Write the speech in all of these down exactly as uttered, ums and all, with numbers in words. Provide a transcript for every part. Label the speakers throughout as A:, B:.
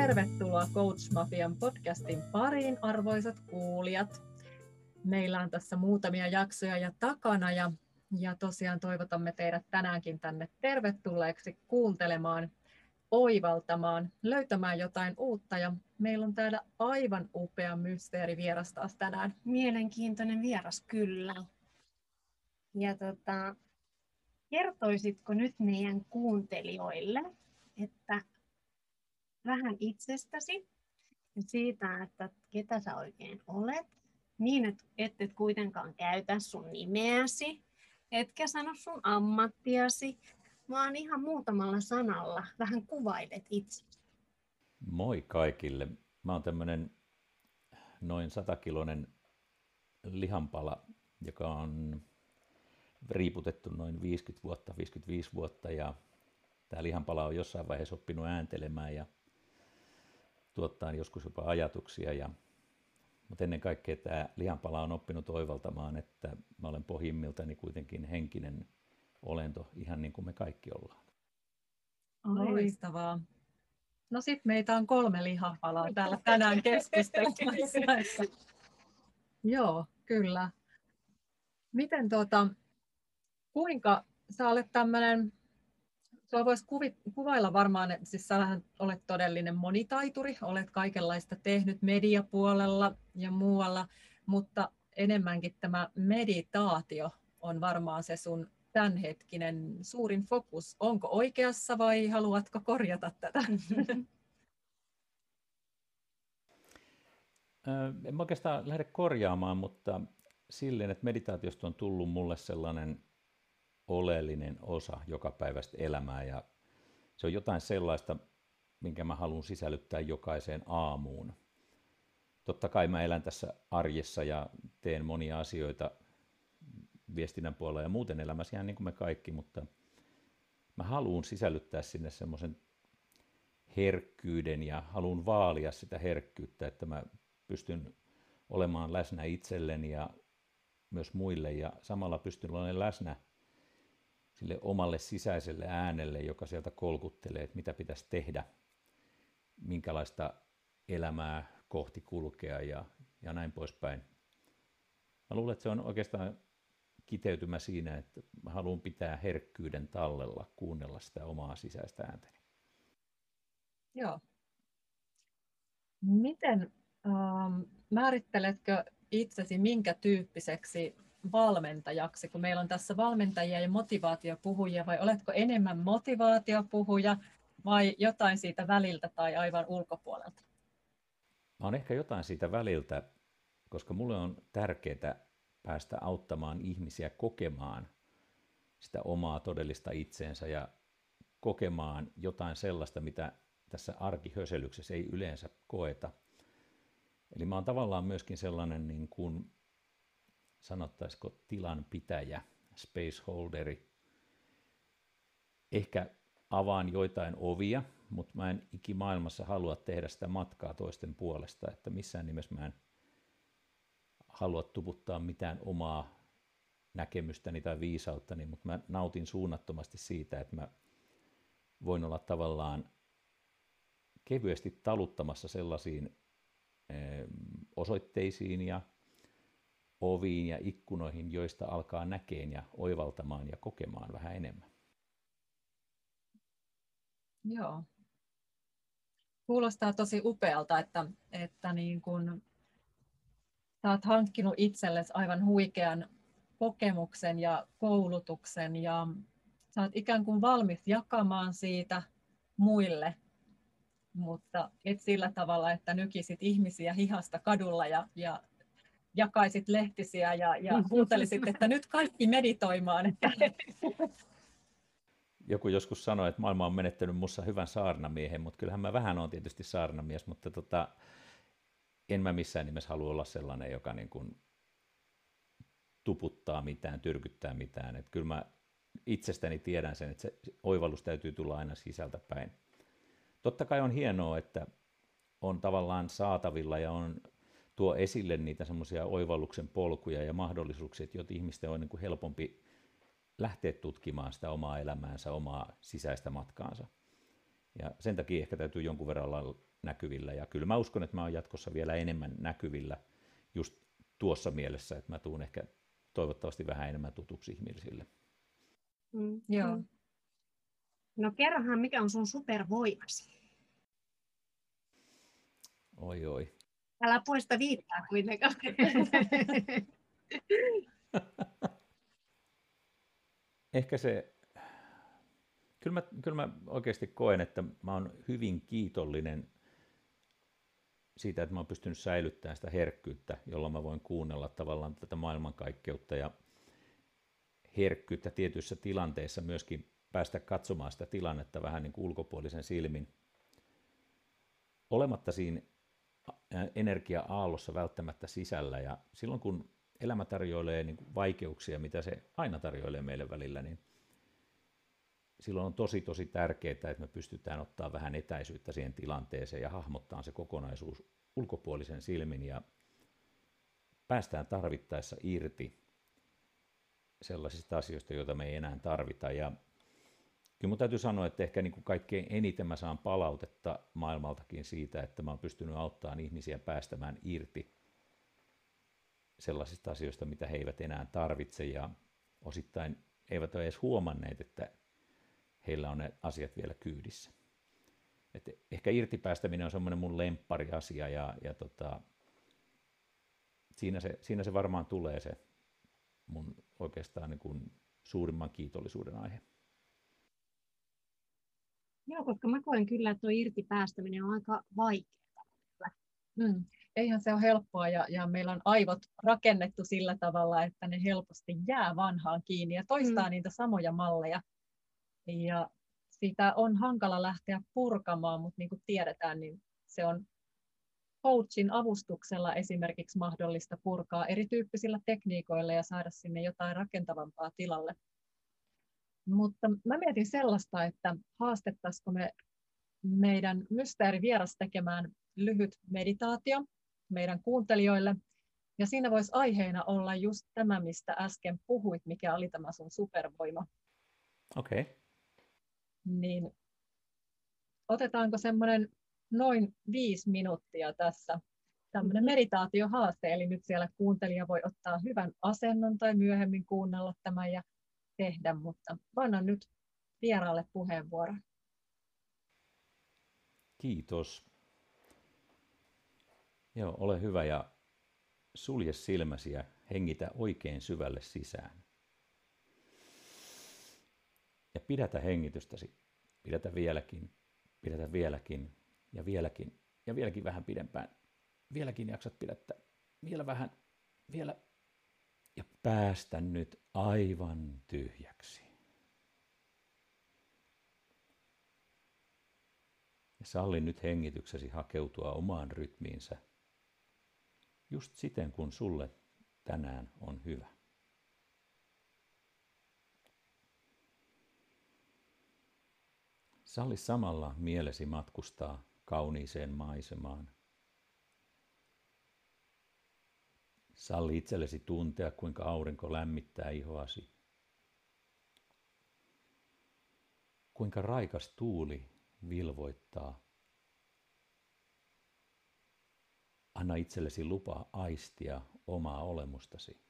A: Tervetuloa Coach Mafian podcastin pariin, arvoisat kuulijat. Meillä on tässä muutamia jaksoja ja takana ja, ja tosiaan toivotamme teidät tänäänkin tänne tervetulleeksi kuuntelemaan, oivaltamaan, löytämään jotain uutta. Ja meillä on täällä aivan upea mysteerivieras taas tänään.
B: Mielenkiintoinen vieras, kyllä. Ja tota, kertoisitko nyt meidän kuuntelijoille, että vähän itsestäsi ja siitä, että ketä sä oikein olet, niin et, et, et kuitenkaan käytä sun nimeäsi, etkä sano sun ammattiasi, vaan ihan muutamalla sanalla vähän kuvailet itsesi.
C: Moi kaikille. Mä oon tämmönen noin satakiloinen lihanpala, joka on riiputettu noin viisikymmentä vuotta, viisikymmentäviisi vuotta, ja tää lihanpala on jossain vaiheessa oppinut ääntelemään ja tuottaa joskus jopa ajatuksia. Ja, mutta ennen kaikkea tämä lihanpala on oppinut oivaltamaan, että mä olen pohjimmiltani kuitenkin henkinen olento, ihan niin kuin me kaikki ollaan.
A: Loistavaa. No sit meitä on kolme lihapalaa täällä tänään keskustelemassa. Joo, kyllä. Miten tuota, kuinka sä olet tämmöinen, sua voisi kuvailla varmaan, että siis sähän olet todellinen monitaituri, olet kaikenlaista tehnyt mediapuolella ja muualla, mutta enemmänkin tämä meditaatio on varmaan se sun tämänhetkinen suurin fokus. Onko oikeassa vai haluatko korjata tätä?
C: En mä oikeastaan lähde korjaamaan, mutta silleen, että meditaatiosta on tullut mulle sellainen oleellinen osa jokapäiväistä elämää, ja se on jotain sellaista, minkä mä haluan sisällyttää jokaiseen aamuun. Totta kai mä elän tässä arjessa ja teen monia asioita viestinnän puolella ja muuten elämässä ihan niin kuin me kaikki, mutta mä haluan sisällyttää sinne semmoisen herkkyyden ja haluan vaalia sitä herkkyyttä, että mä pystyn olemaan läsnä itselleni ja myös muille, ja samalla pystyn olemaan läsnä sille omalle sisäiselle äänelle, joka sieltä kolkuttelee, että mitä pitäisi tehdä, minkälaista elämää kohti kulkea ja, ja näin poispäin. Mä luulen, että se on oikeastaan kiteytymä siinä, että mä haluan pitää herkkyyden tallella, kuunnella sitä omaa sisäistä ääntäni.
A: Joo. Miten ähm, määritteletkö itsesi minkä tyyppiseksi valmentajaksi, kun meillä on tässä valmentajia ja motivaatiopuhujia, vai oletko enemmän motivaatiopuhuja vai jotain siitä väliltä tai aivan ulkopuolelta?
C: Mä oon ehkä jotain siitä väliltä, koska mulle on tärkeää päästä auttamaan ihmisiä kokemaan sitä omaa todellista itseensä ja kokemaan jotain sellaista, mitä tässä arkihöselyksessä ei yleensä koeta. Eli mä oon tavallaan myöskin sellainen niin kuin sanottaisiko tilanpitäjä, spaceholderi. Ehkä avaan joitain ovia, mutta mä en ikimaailmassa halua tehdä sitä matkaa toisten puolesta, että missään nimessä mä en halua tuputtaa mitään omaa näkemystäni tai viisauttani, mutta mä nautin suunnattomasti siitä, että mä voin olla tavallaan kevyesti taluttamassa sellaisiin osoitteisiin ja oviin ja ikkunoihin, joista alkaa näkeen ja oivaltamaan ja kokemaan vähän enemmän.
A: Joo. Kuulostaa tosi upealta, että, että niin kun sä oot hankkinut itsellesi aivan huikean kokemuksen ja koulutuksen ja sä oot ikään kuin valmis jakamaan siitä muille, mutta et sillä tavalla, että nykisit ihmisiä hihasta kadulla ja, ja jakaisit lehtisiä ja, ja huutelisit, että nyt kaikki meditoimaan. Että...
C: Joku joskus sanoi, että maailma on menettänyt musta hyvän saarnamiehen, mutta kyllähän mä vähän olen tietysti saarnamies, mutta tota, en mä missään nimessä halua olla sellainen, joka niin kuin tuputtaa mitään, tyrkyttää mitään. Että kyllä mä itsestäni tiedän sen, että se oivallus täytyy tulla aina sisältä päin. Totta kai on hienoa, että on tavallaan saatavilla ja on tuo esille niitä semmoisia oivalluksen polkuja ja mahdollisuuksia, joita ihmisten on niin kuin helpompi lähteä tutkimaan sitä omaa elämäänsä, omaa sisäistä matkaansa. Ja sen takia ehkä täytyy jonkun verran olla näkyvillä. Ja kyllä mä uskon, että mä oon jatkossa vielä enemmän näkyvillä just tuossa mielessä, että mä tuun ehkä toivottavasti vähän enemmän tutuksi ihmisille.
B: Mm.
A: Joo.
B: Mm. No kerrohan, mikä on sun supervoimasi?
C: Oi oi.
B: Älä poista viittaa kuitenkaan.
C: Ehkä se, kyllä mä, kyllä mä oikeasti koen, että mä oon hyvin kiitollinen siitä, että mä oon pystynyt säilyttämään sitä herkkyyttä, jolla mä voin kuunnella tavallaan tätä maailmankaikkeutta ja herkkyyttä tietyissä tilanteissa myöskin päästä katsomaan sitä tilannetta vähän niin kuin ulkopuolisen silmin. Olematta siinä energia-aallossa välttämättä sisällä ja silloin kun elämä tarjoilee niin kuin vaikeuksia, mitä se aina tarjoilee meille välillä, niin silloin on tosi tosi tärkeää, että me pystytään ottaa vähän etäisyyttä siihen tilanteeseen ja hahmottaa se kokonaisuus ulkopuolisen silmin ja päästään tarvittaessa irti sellaisista asioista, joita me ei enää tarvita. Ja kyllä mun täytyy sanoa, että ehkä niin kuin kaikkein eniten mä saan palautetta maailmaltakin siitä, että mä oon pystynyt auttamaan ihmisiä päästämään irti sellaisista asioista, mitä he eivät enää tarvitse ja osittain eivät ole edes huomanneet, että heillä on ne asiat vielä kyydissä. Et ehkä irtipäästäminen on semmoinen mun lemppariasia ja, ja tota, siinä, se, siinä se varmaan tulee se mun oikeastaan niin kuin suurimman kiitollisuuden aihe.
B: Joo, koska mä koen kyllä, että tuo irtipäästäminen on aika vaikeaa.
A: Mm. Eihän se ole helppoa ja, ja meillä on aivot rakennettu sillä tavalla, että ne helposti jää vanhaan kiinni ja toistaa mm. niitä samoja malleja. Ja sitä on hankala lähteä purkamaan, mutta niin kuin tiedetään, niin se on coachin avustuksella esimerkiksi mahdollista purkaa erityyppisillä tekniikoilla ja saada sinne jotain rakentavampaa tilalle. Mutta mä mietin sellaista, että haastettaisiko me meidän mysteerivieras tekemään lyhyt meditaatio meidän kuuntelijoille. Ja siinä voisi aiheena olla just tämä, mistä äsken puhuit, mikä oli tämä sun supervoima.
C: Okei. Okay.
A: Niin otetaanko semmoinen noin viisi minuuttia tässä tämmöinen meditaatiohaaste, eli nyt siellä kuuntelija voi ottaa hyvän asennon tai myöhemmin kuunnella tämän ja tehdä, mutta annan nyt vieraalle puheenvuoron.
C: Kiitos. Joo, ole hyvä ja sulje silmäsi ja hengitä oikein syvälle sisään. Ja pidätä hengitystäsi. Pidätä vieläkin, pidätä vieläkin ja vieläkin ja vieläkin vähän pidempään. Vieläkin jaksat pidättää. Vielä vähän, vielä. Ja päästä nyt aivan tyhjäksi. Ja salli nyt hengityksesi hakeutua omaan rytmiinsä. Just siten, kun sulle tänään on hyvä. Salli samalla mielesi matkustaa kauniiseen maisemaan. Salli itsellesi tuntea, kuinka aurinko lämmittää ihoasi. Kuinka raikas tuuli vilvoittaa. Anna itsellesi lupa aistia omaa olemustasi.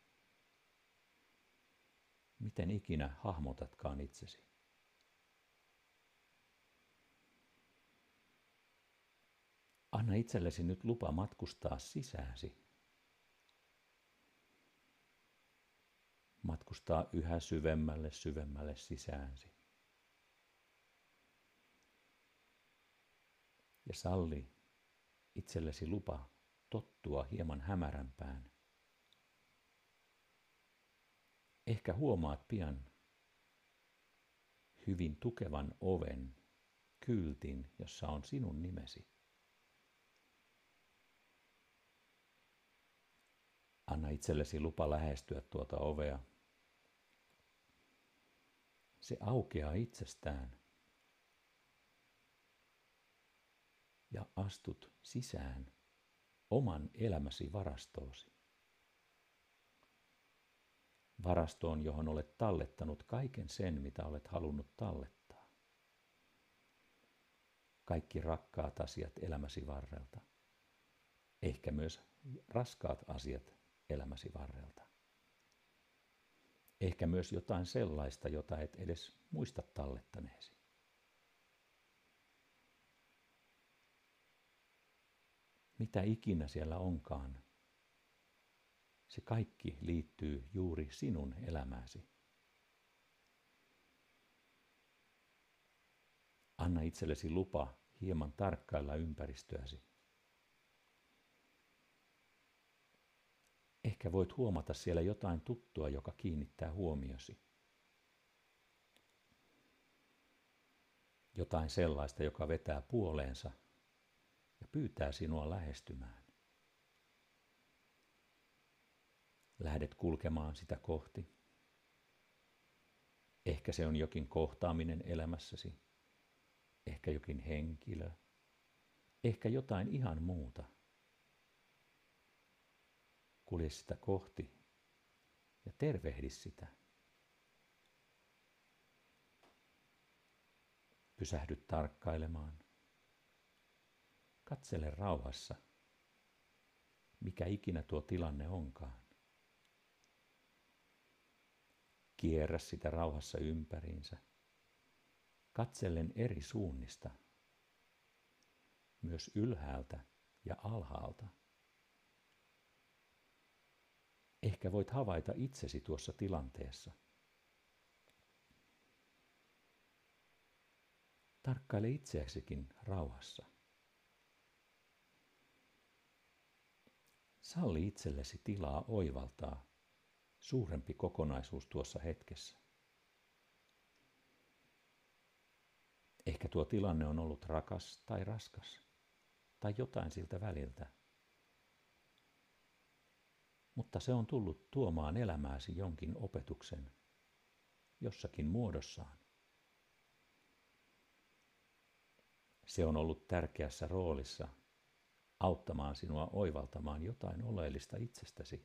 C: Miten ikinä hahmotatkaan itsesi. Anna itsellesi nyt lupa matkustaa sisääsi. Matkustaa yhä syvemmälle syvemmälle sisääsi. Ja salli itsellesi lupa tottua hieman hämärämpään. Ehkä huomaat pian hyvin tukevan oven, kyltin, jossa on sinun nimesi. Anna itsellesi lupa lähestyä tuota ovea. Se aukeaa itsestään. Ja astut sisään oman elämäsi varastoosi. Varastoon, johon olet tallettanut kaiken sen, mitä olet halunnut tallettaa. kaikki rakkaat asiat elämäsi varrelta. Ehkä myös raskaat asiat elämäsi varrelta. Ehkä myös jotain sellaista, jota et edes muista tallettaneesi. Mitä ikinä siellä onkaan, se kaikki liittyy juuri sinun elämääsi. Anna itsellesi lupa hieman tarkkailla ympäristöäsi. Ehkä voit huomata siellä jotain tuttua, joka kiinnittää huomiosi. Jotain sellaista, joka vetää puoleensa ja pyytää sinua lähestymään. Lähdet kulkemaan sitä kohti. Ehkä se on jokin kohtaaminen elämässäsi. Ehkä jokin henkilö. Ehkä jotain ihan muuta. Kulje sitä kohti ja tervehdi sitä. Pysähdy tarkkailemaan. Katsele rauhassa, mikä ikinä tuo tilanne onkaan. Kierrä sitä rauhassa ympäriinsä. Katsellen eri suunnista, myös ylhäältä ja alhaalta. Ehkä voit havaita itsesi tuossa tilanteessa. Tarkkaile itseäsikin rauhassa. Salli itsellesi tilaa oivaltaa suurempi kokonaisuus tuossa hetkessä. Ehkä tuo tilanne on ollut rakas tai raskas, tai jotain siltä väliltä. Mutta se on tullut tuomaan elämääsi jonkin opetuksen, jossakin muodossaan. Se on ollut tärkeässä roolissa auttamaan sinua oivaltamaan jotain oleellista itsestäsi.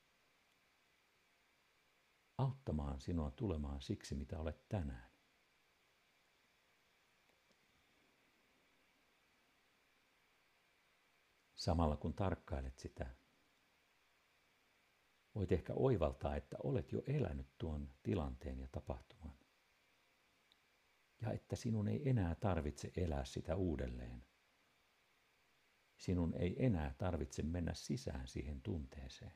C: Auttamaan sinua tulemaan siksi, mitä olet tänään. Samalla kun tarkkailet sitä, voit ehkä oivaltaa, että olet jo elänyt tuon tilanteen ja tapahtuman. Ja että sinun ei enää tarvitse elää sitä uudelleen. Sinun ei enää tarvitse mennä sisään siihen tunteeseen.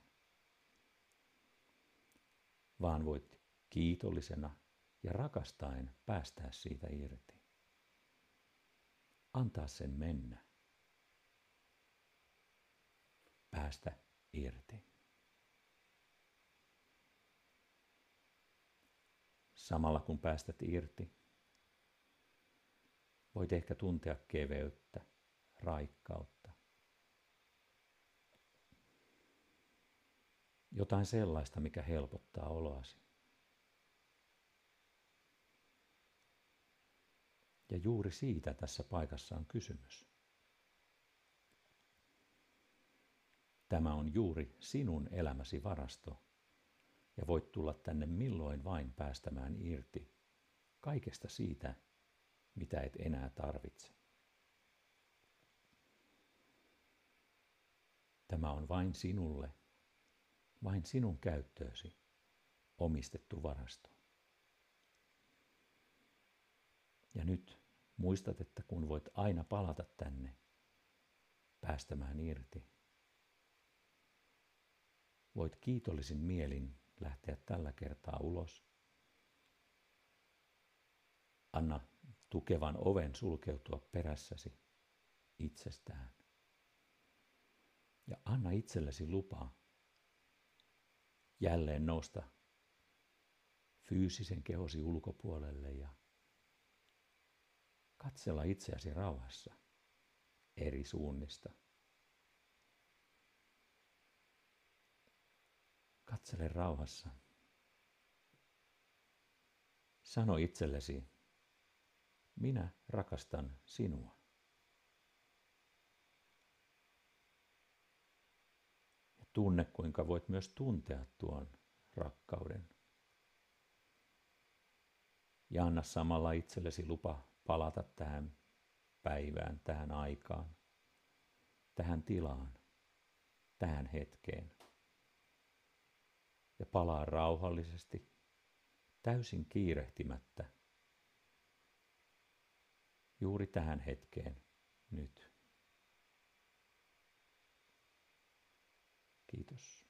C: Vaan voit kiitollisena ja rakastaen päästää siitä irti. Antaa sen mennä. Päästä irti. Samalla kun päästät irti, voit ehkä tuntea keveyttä, raikkautta. Jotain sellaista, mikä helpottaa oloasi. Ja juuri siitä tässä paikassa on kysymys. Tämä on juuri sinun elämäsi varasto, ja voit tulla tänne milloin vain päästämään irti kaikesta siitä, mitä et enää tarvitse. Tämä on vain sinulle, vain sinun käyttöösi omistettu varasto. Ja nyt muistat, että kun voit aina palata tänne päästämään irti, voit kiitollisin mielin lähteä tällä kertaa ulos. Anna tukevan oven sulkeutua perässäsi itsestään. Ja anna itsellesi lupaa jälleen nousta fyysisen kehosi ulkopuolelle ja katsella itseäsi rauhassa eri suunnista. Katsele rauhassa. Sano itsellesi, minä rakastan sinua. Ja tunne, kuinka voit myös tuntea tuon rakkauden. Ja anna samalla itsellesi lupa palata tähän päivään, tähän aikaan, tähän tilaan, tähän hetkeen. Ja palaa rauhallisesti, täysin kiirehtimättä, juuri tähän hetkeen nyt. Kiitos.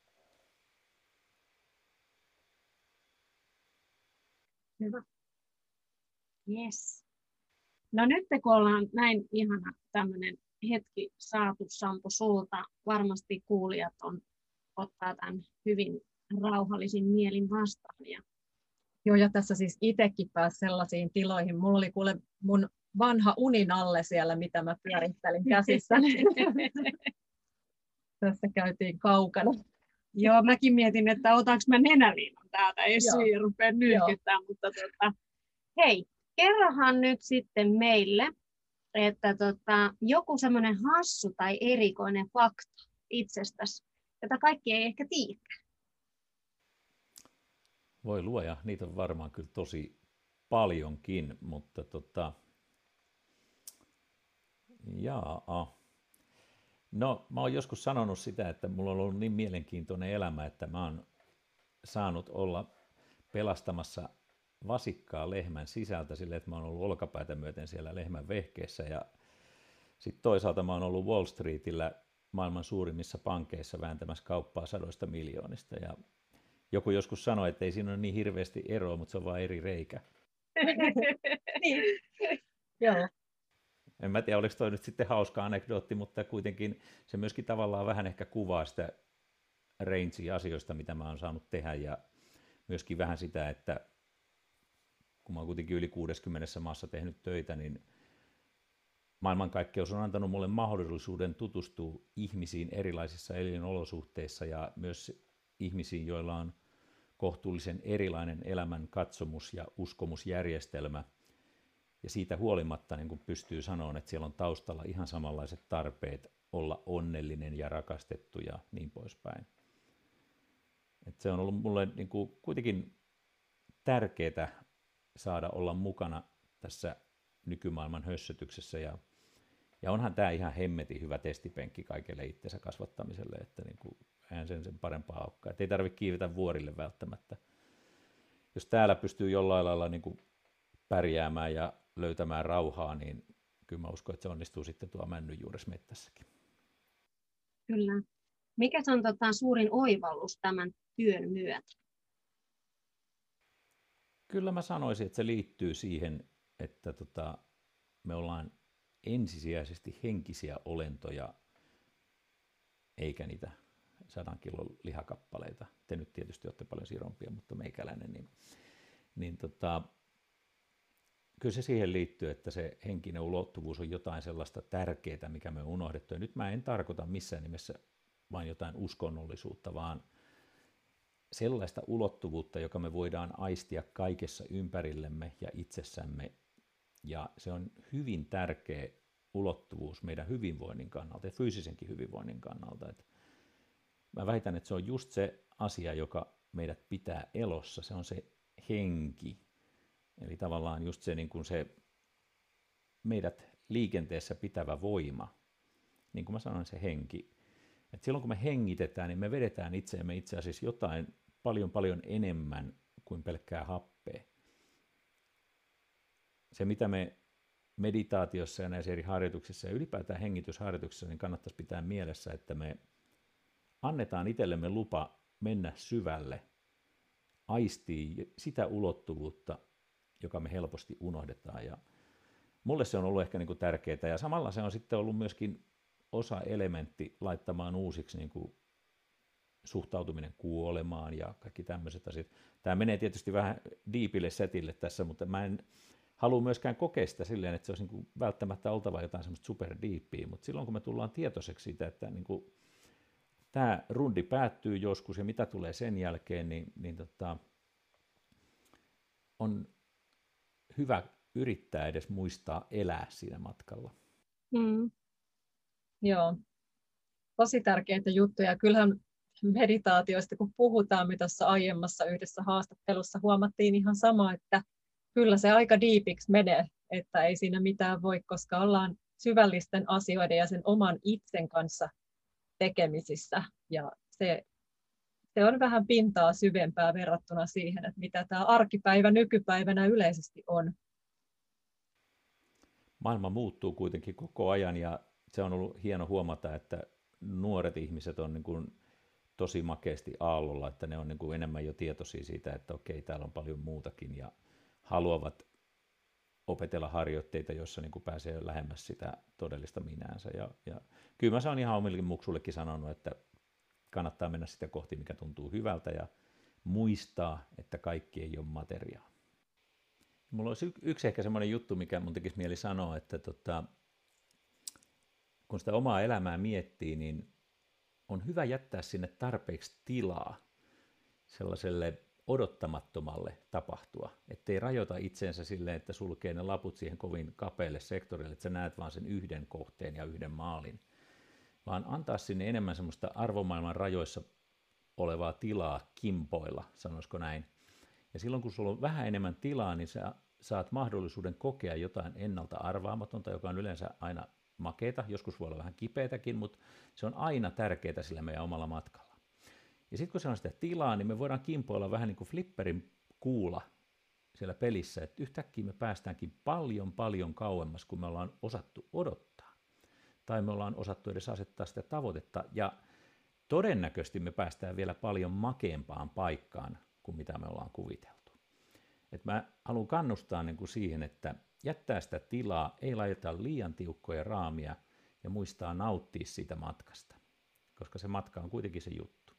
B: Hyvä. Yes. No nyt kun ollaan näin ihana tämmöinen hetki saatu, Sampo, sulta, varmasti kuulijat on, ottaa tämän hyvin rauhallisin mielin vastaan. Ja...
A: Joo, ja tässä siis itsekin pääsi sellaisiin tiloihin. Mulla oli kuule mun vanha uninalle siellä, mitä mä pyörittelin käsissä. Tässä käytiin kaukana.
B: Joo, mäkin mietin, että otanko mä nenäliinan täältä esiin ja rupean nyrkyttämään, mutta tota, hei, kerrohan nyt sitten meille, että tota, joku semmoinen hassu tai erikoinen fakta itsestäsi, jota kaikki ei ehkä tiedä.
C: Voi luoja, niitä on varmaan kyllä tosi paljonkin, mutta tota, jaa. No, mä oon joskus sanonut sitä, että mulla on ollut niin mielenkiintoinen elämä, että mä oon saanut olla pelastamassa vasikkaa lehmän sisältä sille, että mä oon ollut olkapäätä myöten siellä lehmän vehkeessä, ja sitten toisaalta mä oon ollut Wall Streetillä maailman suurimmissa pankeissa vääntämässä kauppaa sadoista miljoonista, ja joku joskus sanoi, että ei siinä ole niin hirveästi eroa, mutta se on vain eri reikä.
A: Niin. Joo.
C: En mä tiedä, oliko toi nyt sitten hauska anekdootti, mutta kuitenkin se myöskin tavallaan vähän ehkä kuvaa sitä rangea asioista, mitä mä oon saanut tehdä, ja myöskin vähän sitä, että kun mä oon kuitenkin yli kuudessakymmenessä maassa tehnyt töitä, niin maailmankaikkeus on antanut mulle mahdollisuuden tutustua ihmisiin erilaisissa elinolosuhteissa ja myös ihmisiin, joilla on kohtuullisen erilainen elämän katsomus ja uskomusjärjestelmä. Ja siitä huolimatta niin kun pystyy sanomaan, että siellä on taustalla ihan samanlaiset tarpeet olla onnellinen ja rakastettu ja niin poispäin. Et se on ollut mulle niin kuin kuitenkin tärkeää saada olla mukana tässä nykymaailman hössötyksessä. Ja, ja onhan tämä ihan hemmetin hyvä testipenkki kaikelle itsensä kasvattamiselle, että niin kuin, eihän sen, sen parempaa olekaan. Et ei tarvitse kiivetä vuorille välttämättä. Jos täällä pystyy jollain lailla niin kuin pärjäämään ja löytämään rauhaa, niin kyllä mä uskon, että se onnistuu sitten tuo männynjuuresmettässäkin.
B: Kyllä. Mikä on tota, suurin oivallus tämän työn myötä?
C: Kyllä mä sanoisin, että se liittyy siihen, että tota, me ollaan ensisijaisesti henkisiä olentoja, eikä niitä sadan kilon lihakappaleita. Te nyt tietysti olette paljon sirompia, mutta meikäläinen. Niin, niin tota, kyllä se siihen liittyy, että se henkinen ulottuvuus on jotain sellaista tärkeää, mikä me on unohdettu. Ja nyt mä en tarkoita missään nimessä vain jotain uskonnollisuutta, vaan sellaista ulottuvuutta, joka me voidaan aistia kaikessa ympärillemme ja itsessämme. Ja se on hyvin tärkeä ulottuvuus meidän hyvinvoinnin kannalta ja fyysisenkin hyvinvoinnin kannalta. Et mä väitän, että se on just se asia, joka meidät pitää elossa. Se on se henki. Eli tavallaan just se, niin kuin se meidät liikenteessä pitävä voima. Niin kuin mä sanoin, se henki. Et silloin kun me hengitetään, niin me vedetään itseemme itse asiassa jotain paljon paljon enemmän kuin pelkkää happea. Se mitä me meditaatiossa ja näissä eri harjoituksissa ja ylipäätään hengitysharjoituksissa, niin kannattaisi pitää mielessä, että me annetaan itsellemme lupa mennä syvälle, aistii sitä ulottuvuutta, joka me helposti unohdetaan. Ja mulle se on ollut ehkä niin kuin tärkeää, ja samalla se on sitten ollut myöskin osa elementti laittamaan uusiksi niin kuin suhtautuminen kuolemaan ja kaikki tämmöiset asiat. Tämä menee tietysti vähän diipille setille tässä, mutta mä en halua myöskään kokea sitä silleen, että se olisi niin kuin välttämättä oltava jotain semmoista superdiippiä, mutta silloin kun me tullaan tietoiseksi siitä, että niin kuin tämä rundi päättyy joskus ja mitä tulee sen jälkeen, niin, niin tota, on hyvä yrittää edes muistaa elää siinä matkalla.
B: Mm.
A: Joo, tosi tärkeitä juttuja. Kyllähän meditaatioista, kun puhutaan, mitä tuossa aiemmassa yhdessä haastattelussa huomattiin ihan sama, että kyllä se aika diipiksi menee. että ei siinä mitään voi, koska ollaan syvällisten asioiden ja sen oman itsen kanssa tekemisissä. Ja se, se on vähän pintaa syvempää verrattuna siihen, että mitä tämä arkipäivä nykypäivänä yleisesti on.
C: Maailma muuttuu kuitenkin koko ajan ja se on ollut hieno huomata, että nuoret ihmiset on niin kuin tosi makeasti aallolla, että ne on niin kuin enemmän jo tietoisia siitä, että okei, täällä on paljon muutakin ja haluavat opetella harjoitteita, joissa niin kuin pääsee lähemmäs sitä todellista minäänsä. Ja, ja kyllä mä saan ihan omillekin muksullekin sanonut, että kannattaa mennä sitä kohti, mikä tuntuu hyvältä ja muistaa, että kaikki ei ole materiaa. Mulla olisi yksi ehkä semmoinen juttu, mikä mun tekisi mieli sanoa, että tota, kun sitä omaa elämää miettii, niin on hyvä jättää sinne tarpeeksi tilaa sellaiselle odottamattomalle tapahtua, ettei rajoita itseensä silleen, että sulkee ne laput siihen kovin kapealle sektorille, että sä näet vaan sen yhden kohteen ja yhden maalin, vaan antaa sinne enemmän semmoista arvomaailman rajoissa olevaa tilaa kimpoilla, sanoisiko näin. Ja silloin kun sulla on vähän enemmän tilaa, niin sä saat mahdollisuuden kokea jotain ennalta arvaamatonta, joka on yleensä aina makeata, joskus voi olla vähän kipeätäkin, mutta se on aina tärkeää sillä meidän omalla matkalla. Ja sitten kun se on sitä tilaa, niin me voidaan kimpoilla vähän niin kuin flipperin kuula siellä pelissä, että yhtäkkiä me päästäänkin paljon paljon kauemmas, kun me ollaan osattu odottaa. Tai me ollaan osattu edes asettaa sitä tavoitetta, ja todennäköisesti me päästään vielä paljon makeampaan paikkaan kuin mitä me ollaan kuviteltu. Et mä haluan kannustaa niin kuin siihen, että jättää sitä tilaa, ei laiteta liian tiukkoja raamia ja muistaa nauttia siitä matkasta, koska se matka on kuitenkin se juttu.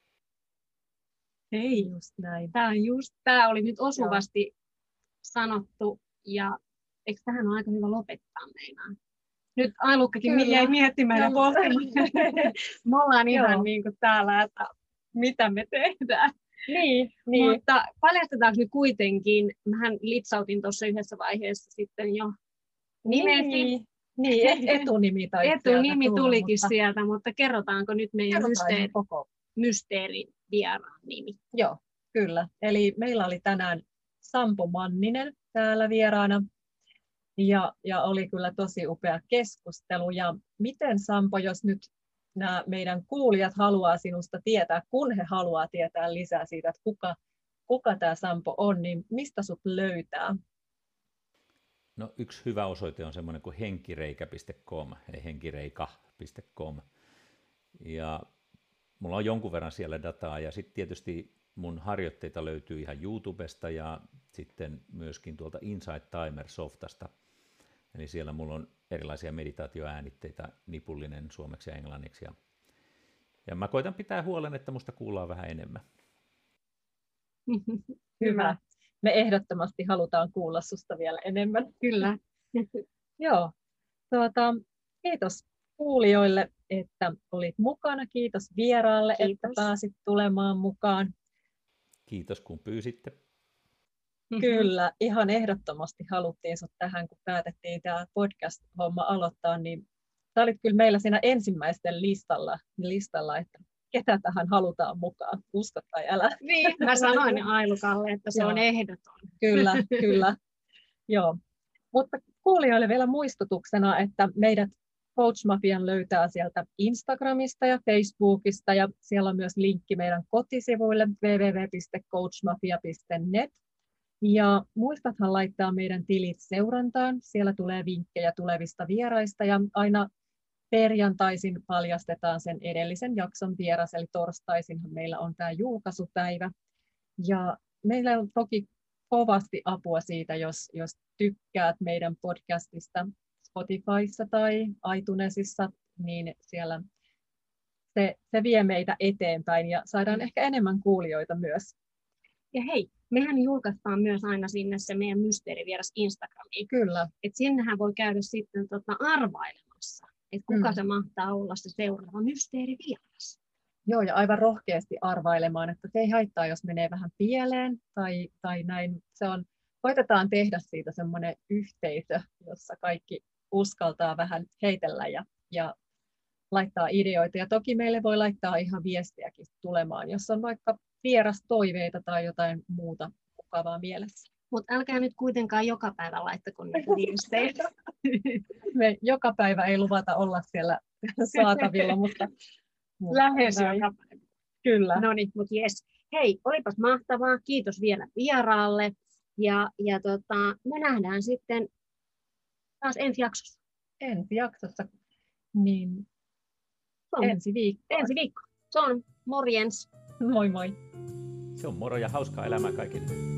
A: Ei just näin.
B: Tämä, on just, tämä oli nyt osuvasti Joo. sanottu, ja eikö tähän ole aika hyvä lopettaa meinaan? Nyt Ailukkakin Kyllä. jäi miettimään ja pohtimaan. Me ollaan ihan niin kuin täällä, että mitä me tehdään.
A: Niin, niin.
B: Mutta paljastetaanko nyt kuitenkin, mähän lipsautin tuossa yhdessä vaiheessa sitten jo nimesi.
A: Niin, niin etunimi tai
B: Etunimi tulikin mutta... sieltä, mutta kerrotaanko nyt meidän mysteeri,
A: koko
B: mysteerivieraan nimi?
A: Joo, kyllä. Eli meillä oli tänään Sampo Manninen täällä vieraana. Ja, ja oli kyllä tosi upea keskustelu. Ja miten, Sampo, jos nyt nämä meidän kuulijat haluaa sinusta tietää, kun he haluaa tietää lisää siitä, että kuka, kuka tämä Sampo on, niin mistä sut löytää?
C: No, yksi hyvä osoite on semmoinen kuin henkireikä piste com, ei henkireika piste com. Ja mulla on jonkun verran siellä dataa, ja sitten tietysti mun harjoitteita löytyy ihan YouTubesta ja sitten myöskin tuolta Insight Timer-softasta. Eli siellä mulla on erilaisia meditaatioäänitteitä, nipullinen suomeksi ja englanniksi. Ja, ja mä koitan pitää huolen, että musta kuullaan vähän enemmän.
A: Hyvä. Me ehdottomasti halutaan kuulla susta vielä enemmän.
B: Kyllä.
A: Joo. Tuota, kiitos kuulijoille, että olit mukana. Kiitos vieraalle, kiitos. Että pääsit tulemaan mukaan.
C: Kiitos, kun pyysitte.
A: Kyllä, ihan ehdottomasti haluttiin sut tähän, kun päätettiin tämä podcast-homma aloittaa, niin sä olit kyllä meillä siinä ensimmäisten listalla, listalla että ketä tähän halutaan mukaan, usko tai älä.
B: Niin, mä sanoin Ailukalle, että se on ehdoton.
A: Kyllä, kyllä. Joo. Mutta kuulijoille vielä muistutuksena, että meidät Coach Mafian löytää sieltä Instagramista ja Facebookista, ja siellä on myös linkki meidän kotisivuille double-u double-u double-u piste coach mafia piste net. Ja muistathan laittaa meidän tilit seurantaan, siellä tulee vinkkejä tulevista vieraista, ja aina perjantaisin paljastetaan sen edellisen jakson vieras, eli torstaisinhan meillä on tämä julkaisupäivä. Ja meillä on toki kovasti apua siitä, jos, jos tykkäät meidän podcastista Spotifyssa tai iTunesissa, niin siellä se, se vie meitä eteenpäin ja saadaan ehkä enemmän kuulijoita myös.
B: Ja hei, mehän julkaistaan myös aina sinne se meidän mysteerivieras Instagramiin.
A: Kyllä.
B: Et sinnehän voi käydä sitten tota arvailemassa, että kuka mm. se mahtaa olla se seuraava mysteerivieras.
A: Joo, ja aivan rohkeasti arvailemaan, että se ei haittaa, jos menee vähän pieleen tai, tai näin. Se on, koitetaan tehdä siitä semmoinen yhteisö, jossa kaikki uskaltaa vähän heitellä ja, ja laittaa ideoita. Ja toki meille voi laittaa ihan viestiäkin tulemaan, jos on vaikka vierastoiveita tai jotain muuta mukavaa mielessä.
B: Mutta älkää nyt kuitenkaan joka päivä laittako niitä viestejä.
A: Me joka päivä ei luvata olla siellä saatavilla, mutta
B: Lähes
A: näin.
B: joka päivä.
A: Kyllä.
B: No niin, mutta jes. Hei, olipas mahtavaa. Kiitos vielä vieraalle. Ja, ja tota, me nähdään sitten taas ensi jaksossa.
A: Ensi jaksossa, niin
B: Se on
A: ensi viikko.
B: ensi viikko. Se on morjens.
A: Moi moi.
C: Se on moro ja hauskaa elämää kaikille.